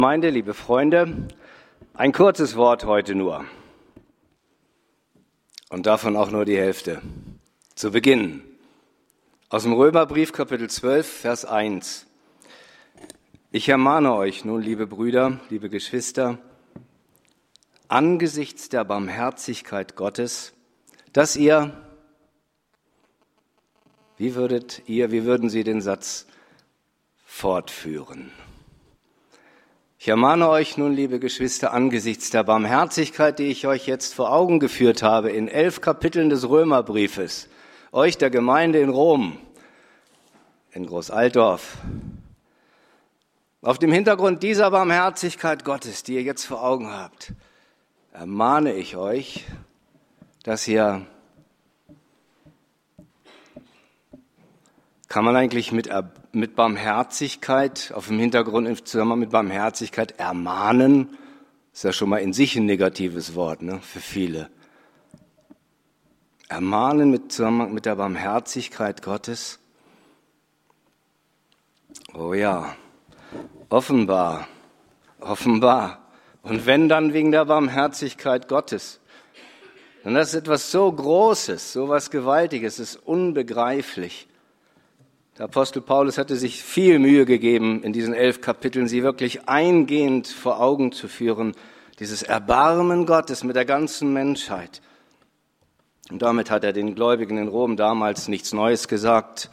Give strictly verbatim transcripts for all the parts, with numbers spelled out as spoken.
Gemeinde, liebe Freunde, ein kurzes Wort heute nur. Und davon auch nur die Hälfte. Zu Beginn. Aus dem Römerbrief, Kapitel zwölf, Vers eins. Ich ermahne euch nun, liebe Brüder, liebe Geschwister, angesichts der Barmherzigkeit Gottes, dass ihr, wie würdet ihr, wie würden Sie den Satz fortführen? Ich ermahne euch nun, liebe Geschwister, angesichts der Barmherzigkeit, die ich euch jetzt vor Augen geführt habe, in elf Kapiteln des Römerbriefes, euch der Gemeinde in Rom, in Großaltdorf. Auf dem Hintergrund dieser Barmherzigkeit Gottes, die ihr jetzt vor Augen habt, ermahne ich euch, dass ihr, kann man eigentlich mit, mit Barmherzigkeit, auf dem Hintergrund im Zusammenhang mit Barmherzigkeit ermahnen, ist ja schon mal in sich ein negatives Wort, ne, für viele. Ermahnen mit Zusammenhang mit der Barmherzigkeit Gottes. Oh ja, offenbar, offenbar. Und wenn dann wegen der Barmherzigkeit Gottes, dann das ist etwas so Großes, so was Gewaltiges, ist unbegreiflich. Der Apostel Paulus hatte sich viel Mühe gegeben, in diesen elf Kapiteln sie wirklich eingehend vor Augen zu führen, dieses Erbarmen Gottes mit der ganzen Menschheit. Und damit hat er den Gläubigen in Rom damals nichts Neues gesagt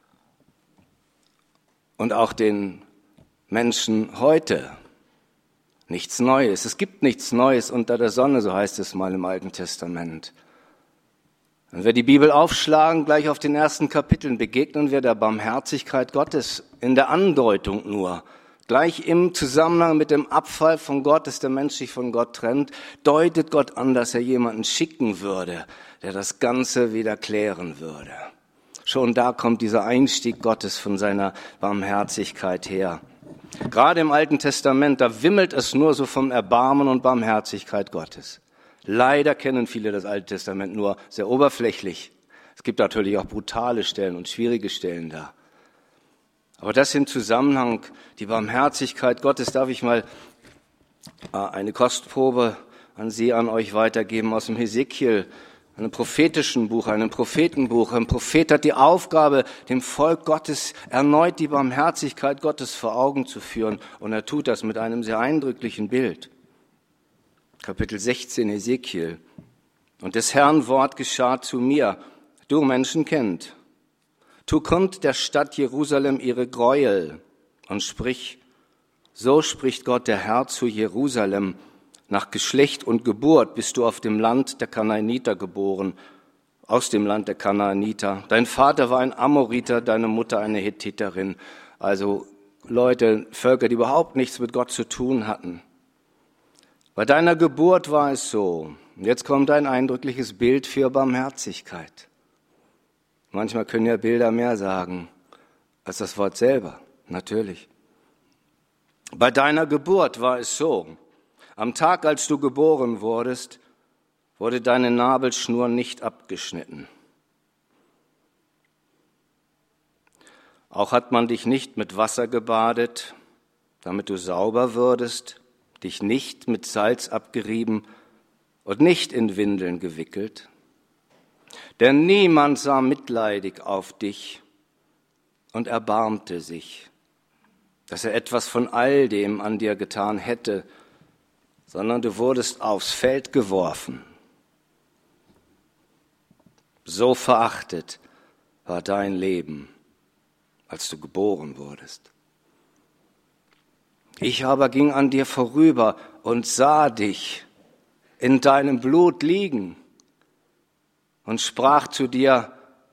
und auch den Menschen heute nichts Neues. Es gibt nichts Neues unter der Sonne, so heißt es mal im Alten Testament. Wenn wir die Bibel aufschlagen, gleich auf den ersten Kapiteln begegnen wir der Barmherzigkeit Gottes in der Andeutung nur. Gleich im Zusammenhang mit dem Abfall von Gott, dass der Mensch sich von Gott trennt, deutet Gott an, dass er jemanden schicken würde, der das Ganze wieder klären würde. Schon da kommt dieser Einstieg Gottes von seiner Barmherzigkeit her. Gerade im Alten Testament, da wimmelt es nur so vom Erbarmen und Barmherzigkeit Gottes. Leider kennen viele das Alte Testament nur sehr oberflächlich. Es gibt natürlich auch brutale Stellen und schwierige Stellen da. Aber das im Zusammenhang, die Barmherzigkeit Gottes, darf ich mal eine Kostprobe an Sie, an euch weitergeben aus dem Hesekiel, einem prophetischen Buch, einem Prophetenbuch. Ein Prophet hat die Aufgabe, dem Volk Gottes erneut die Barmherzigkeit Gottes vor Augen zu führen. Und er tut das mit einem sehr eindrücklichen Bild. Kapitel sechzehn, Hesekiel. Und des Herrn Wort geschah zu mir, du Menschenkind, tu kund der Stadt Jerusalem ihre Gräuel und sprich, so spricht Gott der Herr zu Jerusalem, nach Geschlecht und Geburt bist du auf dem Land der Kanaaniter geboren, aus dem Land der Kanaaniter. Dein Vater war ein Amoriter, deine Mutter eine Hethiterin. Also Leute, Völker, die überhaupt nichts mit Gott zu tun hatten. Bei deiner Geburt war es so. Und jetzt kommt ein eindrückliches Bild für Barmherzigkeit. Manchmal können ja Bilder mehr sagen als das Wort selber, natürlich. Bei deiner Geburt war es so. Am Tag, als du geboren wurdest, wurde deine Nabelschnur nicht abgeschnitten. Auch hat man dich nicht mit Wasser gebadet, damit du sauber würdest, dich nicht mit Salz abgerieben und nicht in Windeln gewickelt. Denn niemand sah mitleidig auf dich und erbarmte sich, dass er etwas von all dem an dir getan hätte, sondern du wurdest aufs Feld geworfen. So verachtet war dein Leben, als du geboren wurdest. Ich aber ging an dir vorüber und sah dich in deinem Blut liegen und sprach zu dir,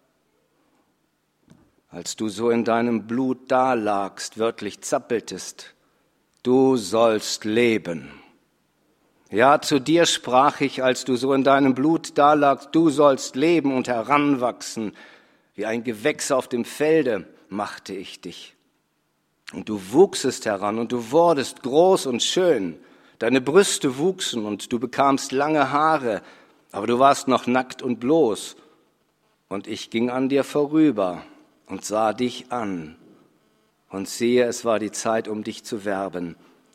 als du so in deinem Blut dalagst, wörtlich zappeltest, du sollst leben. Ja, zu dir sprach ich, als du so in deinem Blut dalagst, du sollst leben und heranwachsen. Wie ein Gewächs auf dem Felde machte ich dich. Und du wuchsest heran und du wurdest groß und schön. Deine Brüste wuchsen und du bekamst lange Haare, aber du warst noch nackt und bloß. Und ich ging an dir vorüber und sah dich an. Und siehe, es war die Zeit, um dich zu werben.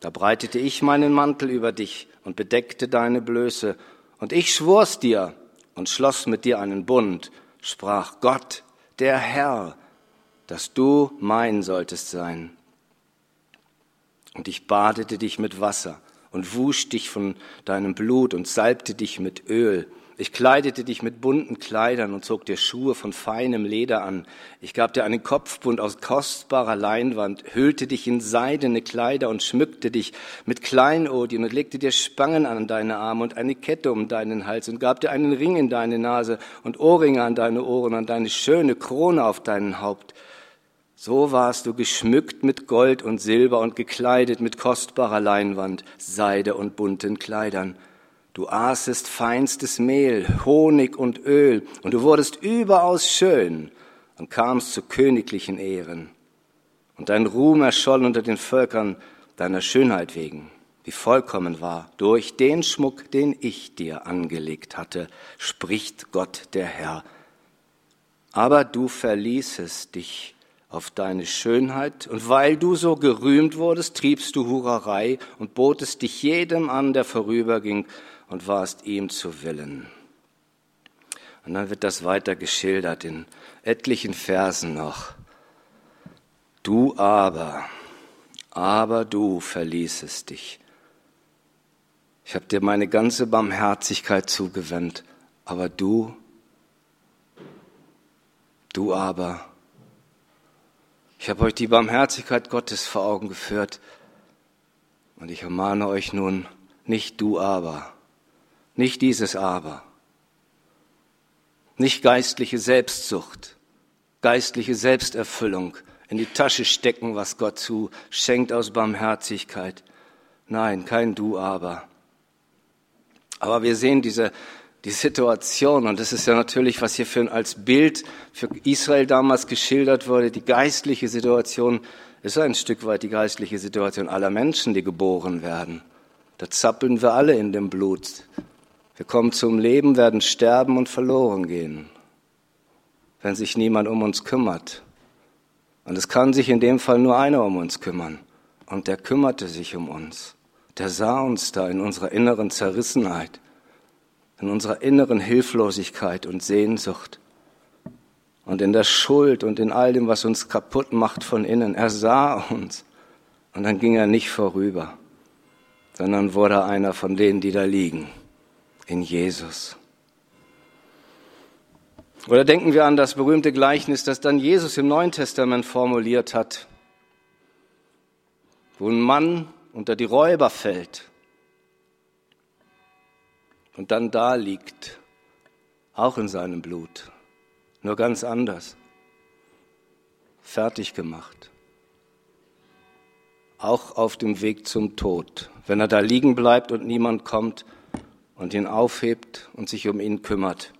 Da breitete ich meinen Mantel über dich und bedeckte deine Blöße. Und ich schwor's dir und schloss mit dir einen Bund, sprach Gott, der Herr, dass du mein solltest sein. Und ich badete dich mit Wasser und wusch dich von deinem Blut und salbte dich mit Öl. Ich kleidete dich mit bunten Kleidern und zog dir Schuhe von feinem Leder an. Ich gab dir einen Kopfbund aus kostbarer Leinwand, hüllte dich in seidene Kleider und schmückte dich mit Kleinodien und legte dir Spangen an deine Arme und eine Kette um deinen Hals und gab dir einen Ring in deine Nase und Ohrringe an deine Ohren und eine schöne Krone auf dein Haupt. So warst du geschmückt mit Gold und Silber und gekleidet mit kostbarer Leinwand, Seide und bunten Kleidern. Du aßest feinstes Mehl, Honig und Öl, und du wurdest überaus schön und kamst zu königlichen Ehren. Und dein Ruhm erscholl unter den Völkern deiner Schönheit wegen, wie vollkommen war, durch den Schmuck, den ich dir angelegt hatte, spricht Gott der Herr. Aber du verließest dich auf deine Schönheit, und weil du so gerühmt wurdest, triebst du Hurerei und botest dich jedem an, der vorüberging, und warst ihm zu Willen. Und dann wird das weiter geschildert in etlichen Versen noch. Du aber, aber du verließest dich. Ich habe dir meine ganze Barmherzigkeit zugewandt, aber du, du aber, ich habe euch die Barmherzigkeit Gottes vor Augen geführt und ich ermahne euch nun, nicht du aber, nicht dieses aber, nicht geistliche Selbstsucht, geistliche Selbsterfüllung, in die Tasche stecken, was Gott zu schenkt aus Barmherzigkeit. Nein, kein du aber. Aber wir sehen diese die Situation, und das ist ja natürlich, was hier für als Bild für Israel damals geschildert wurde, die geistliche Situation ist ein Stück weit die geistliche Situation aller Menschen, die geboren werden. Da zappeln wir alle in dem Blut. Wir kommen zum Leben, werden sterben und verloren gehen, wenn sich niemand um uns kümmert. Und es kann sich in dem Fall nur einer um uns kümmern. Und der kümmerte sich um uns. Der sah uns da in unserer inneren Zerrissenheit, in unserer inneren Hilflosigkeit und Sehnsucht und in der Schuld und in all dem, was uns kaputt macht von innen. Er sah uns und dann ging er nicht vorüber, sondern wurde einer von denen, die da liegen, in Jesus. Oder denken wir an das berühmte Gleichnis, das dann Jesus im Neuen Testament formuliert hat, wo ein Mann unter die Räuber fällt und dann da liegt, auch in seinem Blut, nur ganz anders, fertig gemacht, auch auf dem Weg zum Tod. Wenn er da liegen bleibt und niemand kommt und ihn aufhebt und sich um ihn kümmert.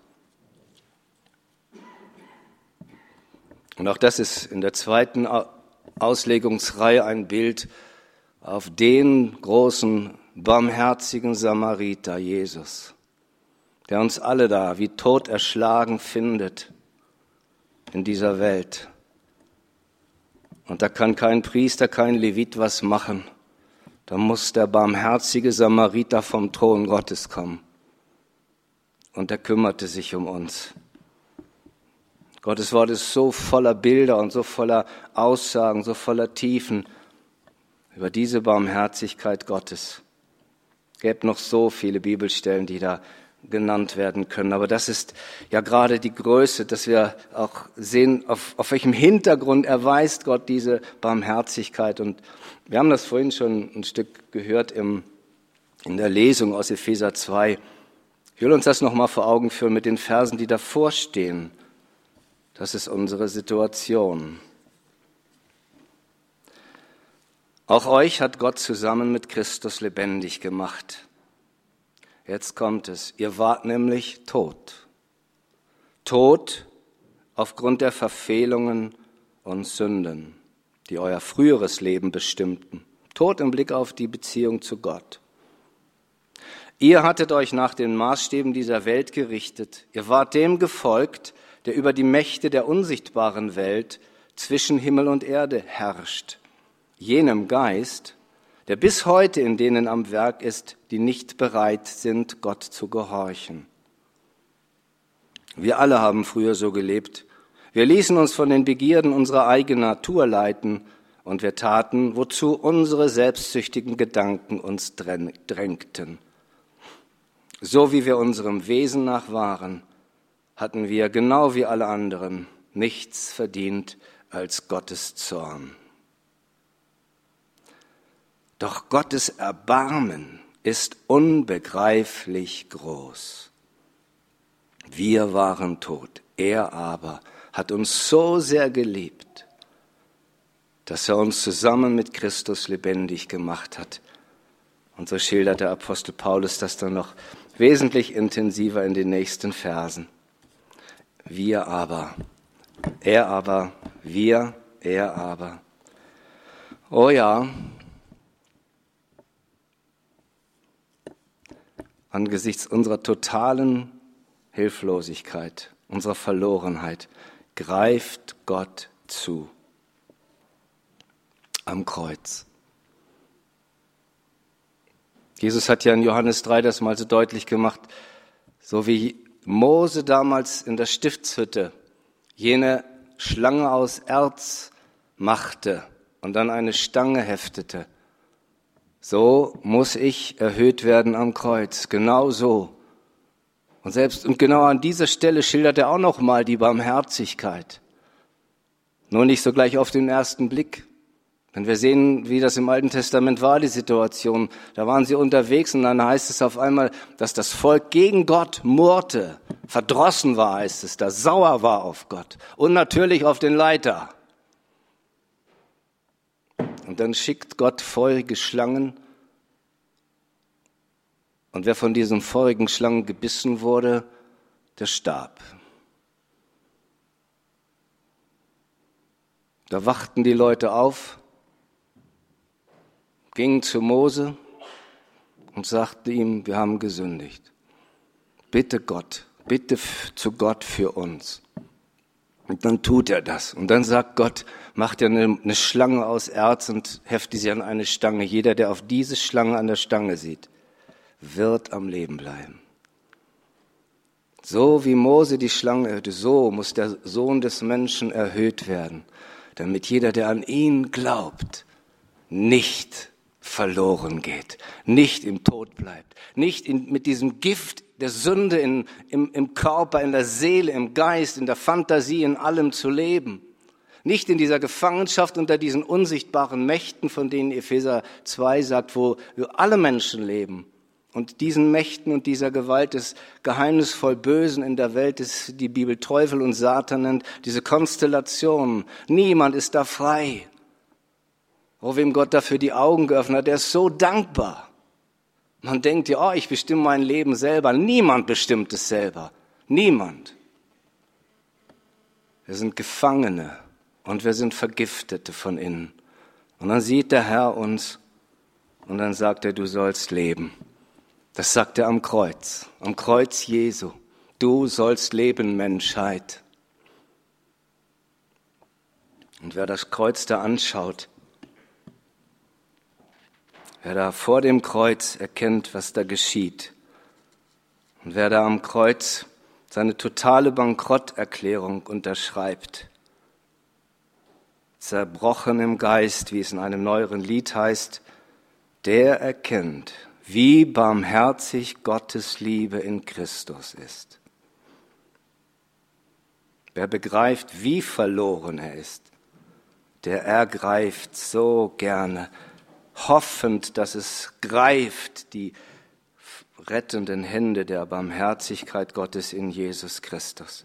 Und auch das ist in der zweiten Auslegungsreihe ein Bild auf den großen, barmherzigen Samariter, Jesus, der uns alle da wie tot erschlagen findet in dieser Welt. Und da kann kein Priester, kein Levit was machen. Da muss der barmherzige Samariter vom Thron Gottes kommen. Und er kümmerte sich um uns. Gottes Wort ist so voller Bilder und so voller Aussagen, so voller Tiefen über diese Barmherzigkeit Gottes. Es gäbe noch so viele Bibelstellen, die da genannt werden können. Aber das ist ja gerade die Größe, dass wir auch sehen, auf, auf welchem Hintergrund erweist Gott diese Barmherzigkeit. Und wir haben das vorhin schon ein Stück gehört im, in der Lesung aus Epheser zwei. Ich will uns das nochmal vor Augen führen mit den Versen, die davor stehen. Das ist unsere Situation. Auch euch hat Gott zusammen mit Christus lebendig gemacht. Jetzt kommt es. Ihr wart nämlich tot. Tot aufgrund der Verfehlungen und Sünden, die euer früheres Leben bestimmten. Tot im Blick auf die Beziehung zu Gott. Ihr hattet euch nach den Maßstäben dieser Welt gerichtet. Ihr wart dem gefolgt, der über die Mächte der unsichtbaren Welt zwischen Himmel und Erde herrscht. Jenem Geist, der bis heute in denen am Werk ist, die nicht bereit sind, Gott zu gehorchen. Wir alle haben früher so gelebt. Wir ließen uns von den Begierden unserer eigenen Natur leiten und wir taten, wozu unsere selbstsüchtigen Gedanken uns drängten. So wie wir unserem Wesen nach waren, hatten wir, genau wie alle anderen, nichts verdient als Gottes Zorn. Doch Gottes Erbarmen ist unbegreiflich groß. Wir waren tot, er aber hat uns so sehr geliebt, dass er uns zusammen mit Christus lebendig gemacht hat. Und so schildert der Apostel Paulus das dann noch wesentlich intensiver in den nächsten Versen. Wir aber, er aber, wir, er aber. Oh ja, angesichts unserer totalen Hilflosigkeit, unserer Verlorenheit, greift Gott zu am Kreuz. Jesus hat ja in Johannes drei das mal so deutlich gemacht, so wie Mose damals in der Stiftshütte jene Schlange aus Erz machte und dann eine Stange heftete. So muss ich erhöht werden am Kreuz, genau so. Und selbst und genau an dieser Stelle schildert er auch noch mal die Barmherzigkeit. Nur nicht so gleich auf den ersten Blick. Wenn wir sehen, wie das im Alten Testament war, die Situation, da waren sie unterwegs und dann heißt es auf einmal, dass das Volk gegen Gott murrte, verdrossen war, heißt es, da sauer war auf Gott und natürlich auf den Leiter. Und dann schickt Gott feurige Schlangen und wer von diesen feurigen Schlangen gebissen wurde, der starb. Da wachten die Leute auf, gingen zu Mose und sagten ihm, wir haben gesündigt. Bitte Gott, bitte zu Gott für uns. Und dann tut er das. Und dann sagt Gott, macht er eine, eine Schlange aus Erz und heftet sie an eine Stange. Jeder, der auf diese Schlange an der Stange sieht, wird am Leben bleiben. So wie Mose die Schlange erhöhte, so muss der Sohn des Menschen erhöht werden, damit jeder, der an ihn glaubt, nicht verloren geht, nicht im Tod bleibt, nicht in, mit diesem Gift der Sünde in, im, im Körper, in der Seele, im Geist, in der Fantasie, in allem zu leben. Nicht in dieser Gefangenschaft unter diesen unsichtbaren Mächten, von denen Epheser zwei sagt, wo wir alle Menschen leben. Und diesen Mächten und dieser Gewalt des geheimnisvoll Bösen in der Welt, das die Bibel Teufel und Satan nennt, diese Konstellation. Niemand ist da frei. Oh, wem Gott dafür die Augen geöffnet hat, der ist so dankbar. Man denkt ja, oh, ich bestimme mein Leben selber. Niemand bestimmt es selber. Niemand. Wir sind Gefangene und wir sind Vergiftete von innen. Und dann sieht der Herr uns und dann sagt er, du sollst leben. Das sagt er am Kreuz, am Kreuz Jesu. Du sollst leben, Menschheit. Und wer das Kreuz da anschaut, wer da vor dem Kreuz erkennt, was da geschieht, und wer da am Kreuz seine totale Bankrotterklärung unterschreibt, zerbrochen im Geist, wie es in einem neueren Lied heißt, der erkennt, wie barmherzig Gottes Liebe in Christus ist. Wer begreift, wie verloren er ist, der ergreift so gerne, hoffend, dass es greift, die rettenden Hände der Barmherzigkeit Gottes in Jesus Christus.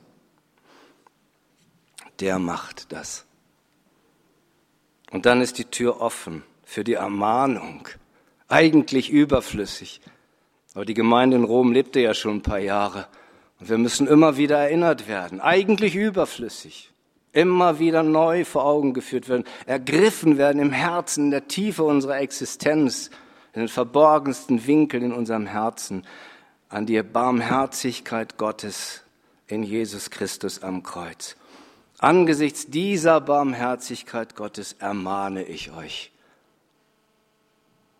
Der macht das. Und dann ist die Tür offen für die Ermahnung. Eigentlich überflüssig. Aber die Gemeinde in Rom lebte ja schon ein paar Jahre. Und wir müssen immer wieder erinnert werden. Eigentlich überflüssig. Immer wieder neu vor Augen geführt werden. Ergriffen werden im Herzen, in der Tiefe unserer Existenz. In den verborgensten Winkeln in unserem Herzen. An die Barmherzigkeit Gottes in Jesus Christus am Kreuz. Angesichts dieser Barmherzigkeit Gottes ermahne ich euch.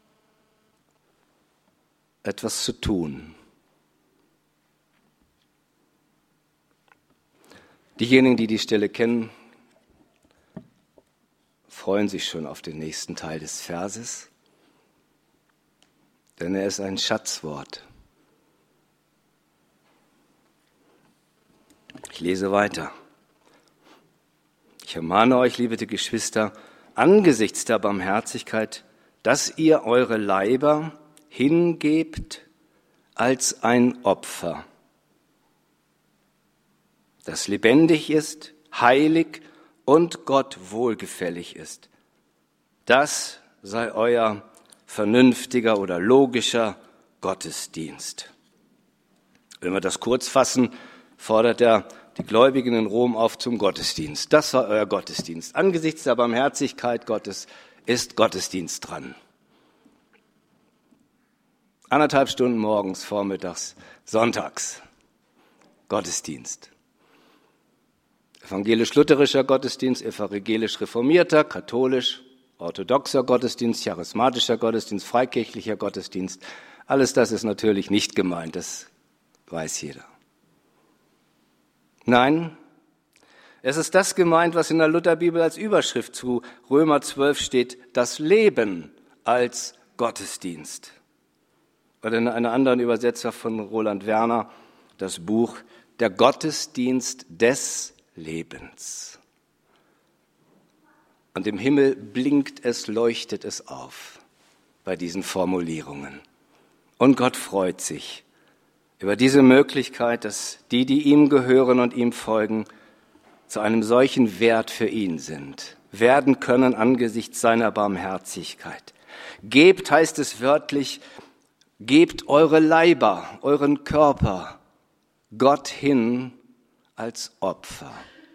etwas zu tun. Diejenigen, die die Stelle kennen, freuen sich schon auf den nächsten Teil des Verses, denn er ist ein Schatzwort. Ich lese weiter. Ich ermahne euch, liebe Geschwister, angesichts der Barmherzigkeit, dass ihr eure Leiber hingebt als ein Opfer, das lebendig ist, heilig und Gott wohlgefällig ist. Das sei euer vernünftiger oder logischer Gottesdienst. Wenn wir das kurz fassen, fordert er die Gläubigen in Rom auf zum Gottesdienst. Das war euer Gottesdienst. Angesichts der Barmherzigkeit Gottes ist Gottesdienst dran. Anderthalb Stunden morgens, vormittags, sonntags. Gottesdienst. Evangelisch-lutherischer Gottesdienst, evangelisch-reformierter, katholisch, orthodoxer Gottesdienst, charismatischer Gottesdienst, freikirchlicher Gottesdienst. Alles das ist natürlich nicht gemeint, das weiß jeder. Nein, es ist das gemeint, was in der Lutherbibel als Überschrift zu Römer zwölf steht, das Leben als Gottesdienst. Oder in einer anderen Übersetzer von Roland Werner, das Buch Der Gottesdienst des Lebens. Und im Himmel blinkt es, leuchtet es auf bei diesen Formulierungen. Und Gott freut sich über diese Möglichkeit, dass die, die ihm gehören und ihm folgen, zu einem solchen Wert für ihn sind, werden können angesichts seiner Barmherzigkeit. Gebt, heißt es wörtlich, gebt eure Leiber, euren Körper Gott hin als Opfer.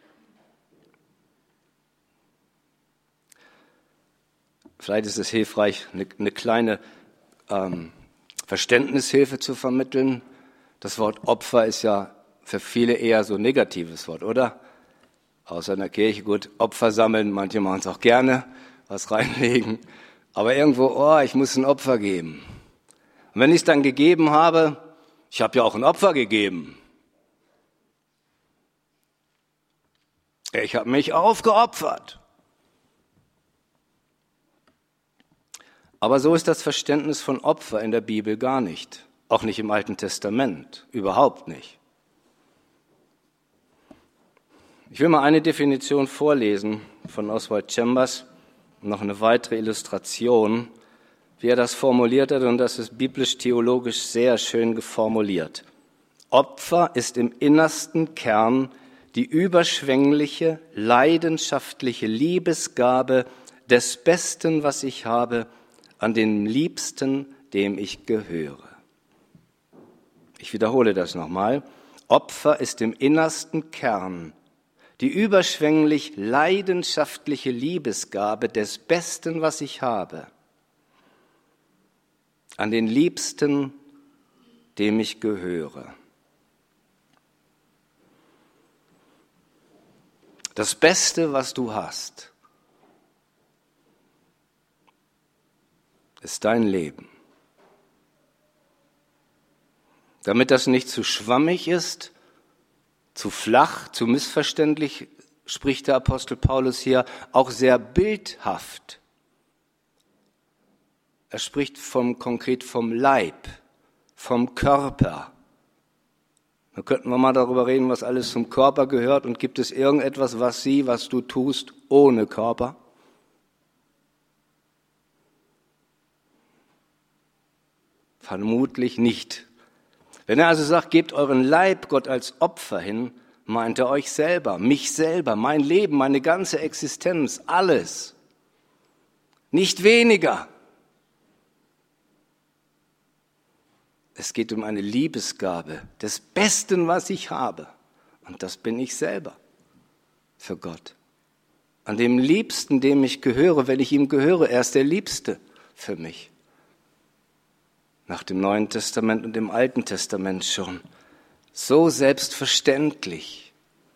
Vielleicht ist es hilfreich, eine, eine kleine ähm, Verständnishilfe zu vermitteln. Das Wort Opfer ist ja für viele eher so ein negatives Wort, oder? Außer in der Kirche, gut, Opfer sammeln, manche machen es auch gerne, was reinlegen. Aber irgendwo, oh, ich muss ein Opfer geben. Und wenn ich es dann gegeben habe, ich habe ja auch ein Opfer gegeben. Ich habe mich aufgeopfert. Aber so ist das Verständnis von Opfer in der Bibel gar nicht. Auch nicht im Alten Testament, überhaupt nicht. Ich will mal eine Definition vorlesen von Oswald Chambers und noch eine weitere Illustration, wie er das formuliert hat, und das ist biblisch-theologisch sehr schön geformuliert. Opfer ist im innersten Kern die überschwängliche, leidenschaftliche Liebesgabe des Besten, was ich habe, an den Liebsten, dem ich gehöre. Ich wiederhole das nochmal. Opfer ist im innersten Kern die überschwänglich leidenschaftliche Liebesgabe des Besten, was ich habe, an den Liebsten, dem ich gehöre. Das Beste, was du hast, ist dein Leben. Damit das nicht zu schwammig ist, zu flach, zu missverständlich, spricht der Apostel Paulus hier auch sehr bildhaft. Er spricht vom, konkret vom Leib, vom Körper. Da könnten wir mal darüber reden, was alles zum Körper gehört, und gibt es irgendetwas, was sie, was du tust, ohne Körper? Vermutlich nicht. Wenn er also sagt, gebt euren Leib Gott als Opfer hin, meint er euch selber, mich selber, mein Leben, meine ganze Existenz, alles. Nicht weniger. Es geht um eine Liebesgabe des Besten, was ich habe. Und das bin ich selber für Gott. An dem Liebsten, dem ich gehöre, wenn ich ihm gehöre, er ist der Liebste für mich. Nach dem Neuen Testament und dem Alten Testament schon. So selbstverständlich.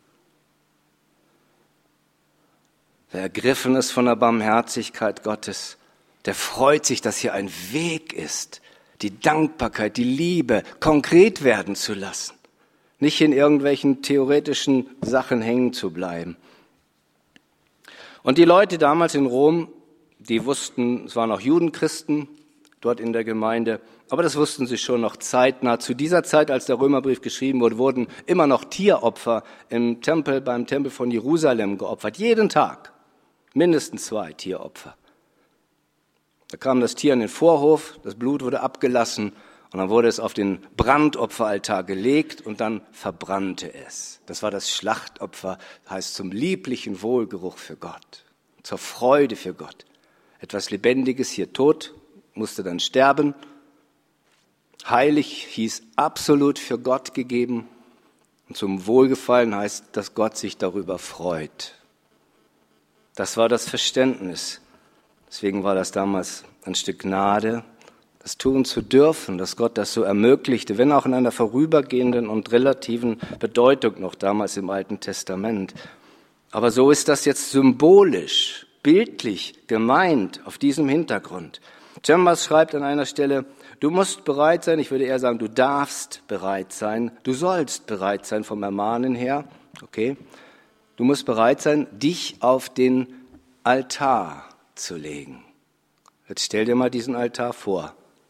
Wer ergriffen ist von der Barmherzigkeit Gottes, der freut sich, dass hier ein Weg ist, die Dankbarkeit, die Liebe konkret werden zu lassen. Nicht in irgendwelchen theoretischen Sachen hängen zu bleiben. Und die Leute damals in Rom, die wussten, es waren auch Judenchristen dort in der Gemeinde, aber das wussten sie schon noch zeitnah. Zu dieser Zeit, als der Römerbrief geschrieben wurde, wurden immer noch Tieropfer im Tempel, beim Tempel von Jerusalem geopfert. Jeden Tag. Mindestens zwei Tieropfer. Da kam das Tier in den Vorhof, das Blut wurde abgelassen und dann wurde es auf den Brandopferaltar gelegt und dann verbrannte es. Das war das Schlachtopfer, das heißt zum lieblichen Wohlgeruch für Gott, zur Freude für Gott. Etwas Lebendiges, hier tot, musste dann sterben. Heilig hieß absolut für Gott gegeben. Und zum Wohlgefallen heißt, dass Gott sich darüber freut. Das war das Verständnis. Deswegen war das damals ein Stück Gnade, das tun zu dürfen, dass Gott das so ermöglichte, wenn auch in einer vorübergehenden und relativen Bedeutung noch damals im Alten Testament. Aber so ist das jetzt symbolisch, bildlich gemeint auf diesem Hintergrund. Chambers schreibt an einer Stelle, du musst bereit sein, ich würde eher sagen, du darfst bereit sein, du sollst bereit sein vom Ermahnen her, okay? Du musst bereit sein, dich auf den Altar zu legen. Jetzt stell dir mal diesen Altar vor.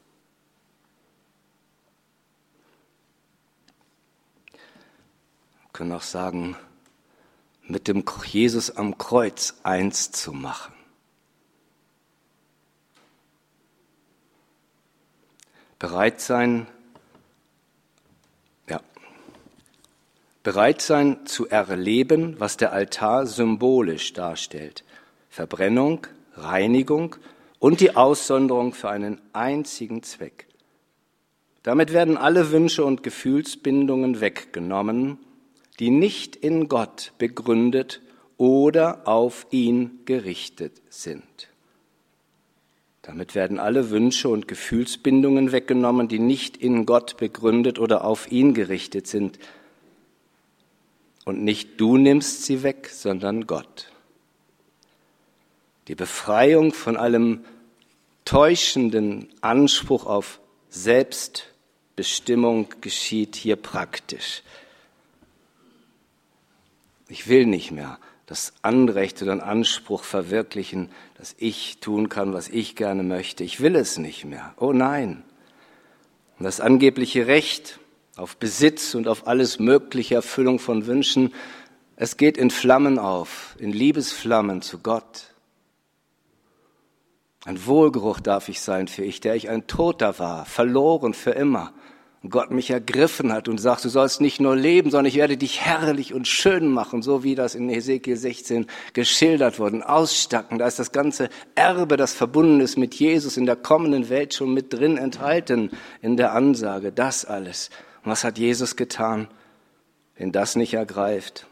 Wir können auch sagen, mit dem Jesus am Kreuz eins zu machen. Bereit sein, ja, bereit sein zu erleben, was der Altar symbolisch darstellt. Verbrennung, Reinigung und die Aussonderung für einen einzigen Zweck. Damit werden alle Wünsche und Gefühlsbindungen weggenommen, die nicht in Gott begründet oder auf ihn gerichtet sind. Damit werden alle Wünsche und Gefühlsbindungen weggenommen, die nicht in Gott begründet oder auf ihn gerichtet sind. Und nicht du nimmst sie weg, sondern Gott. Die Befreiung von allem täuschenden Anspruch auf Selbstbestimmung geschieht hier praktisch. Ich will nicht mehr das Anrecht oder den Anspruch verwirklichen, dass ich tun kann, was ich gerne möchte. Ich will es nicht mehr. Oh nein. Und das angebliche Recht auf Besitz und auf alles mögliche Erfüllung von Wünschen, es geht in Flammen auf, in Liebesflammen zu Gott. Ein Wohlgeruch darf ich sein für ich, der ich ein Toter war, verloren für immer. Und Gott mich ergriffen hat und sagt, du sollst nicht nur leben, sondern ich werde dich herrlich und schön machen, so wie das in Hesekiel sechzehn geschildert wurde. Ausstatten, da ist das ganze Erbe, das verbunden ist mit Jesus in der kommenden Welt schon mit drin enthalten in der Ansage, das alles. Und was hat Jesus getan, wenn das nicht ergreift?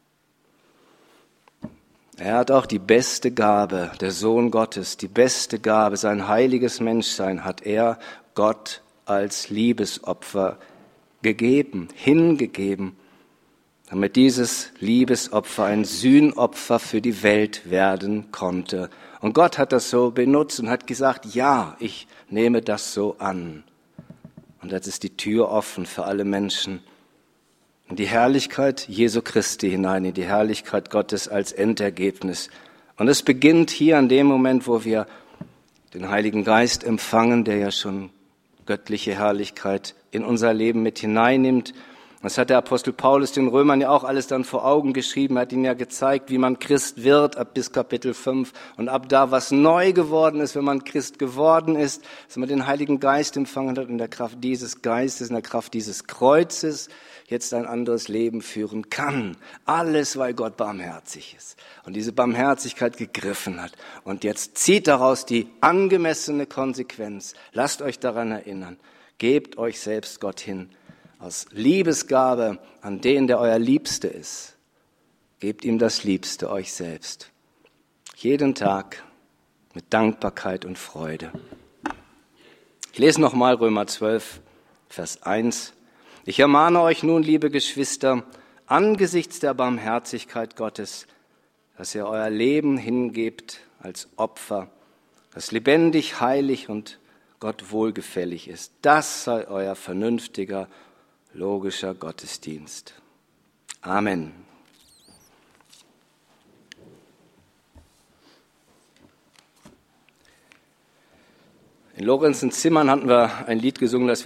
Er hat auch die beste Gabe, der Sohn Gottes, die beste Gabe, sein heiliges Menschsein hat er Gott als Liebesopfer gegeben, hingegeben, damit dieses Liebesopfer ein Sühnopfer für die Welt werden konnte. Und Gott hat das so benutzt und hat gesagt, ja, ich nehme das so an. Und jetzt ist die Tür offen für alle Menschen. In die Herrlichkeit Jesu Christi hinein, in die Herrlichkeit Gottes als Endergebnis. Und es beginnt hier an dem Moment, wo wir den Heiligen Geist empfangen, der ja schon göttliche Herrlichkeit in unser Leben mit hineinnimmt. Das hat der Apostel Paulus den Römern ja auch alles dann vor Augen geschrieben. Er hat ihnen ja gezeigt, wie man Christ wird, ab bis Kapitel fünf. Und ab da, was neu geworden ist, wenn man Christ geworden ist, dass man den Heiligen Geist empfangen hat in der Kraft dieses Geistes, in der Kraft dieses Kreuzes, jetzt ein anderes Leben führen kann. Alles, weil Gott barmherzig ist und diese Barmherzigkeit gegriffen hat. Und jetzt zieht daraus die angemessene Konsequenz. Lasst euch daran erinnern. Gebt euch selbst Gott hin. Aus Liebesgabe an den, der euer Liebste ist. Gebt ihm das Liebste, euch selbst. Jeden Tag mit Dankbarkeit und Freude. Ich lese nochmal Römer zwölf, Vers eins. Ich ermahne euch nun, liebe Geschwister, angesichts der Barmherzigkeit Gottes, dass ihr euer Leben hingebt als Opfer, das lebendig, heilig und Gott wohlgefällig ist. Das sei euer vernünftiger, logischer Gottesdienst. Amen. In Lorenzens Zimmern hatten wir ein Lied gesungen, das wir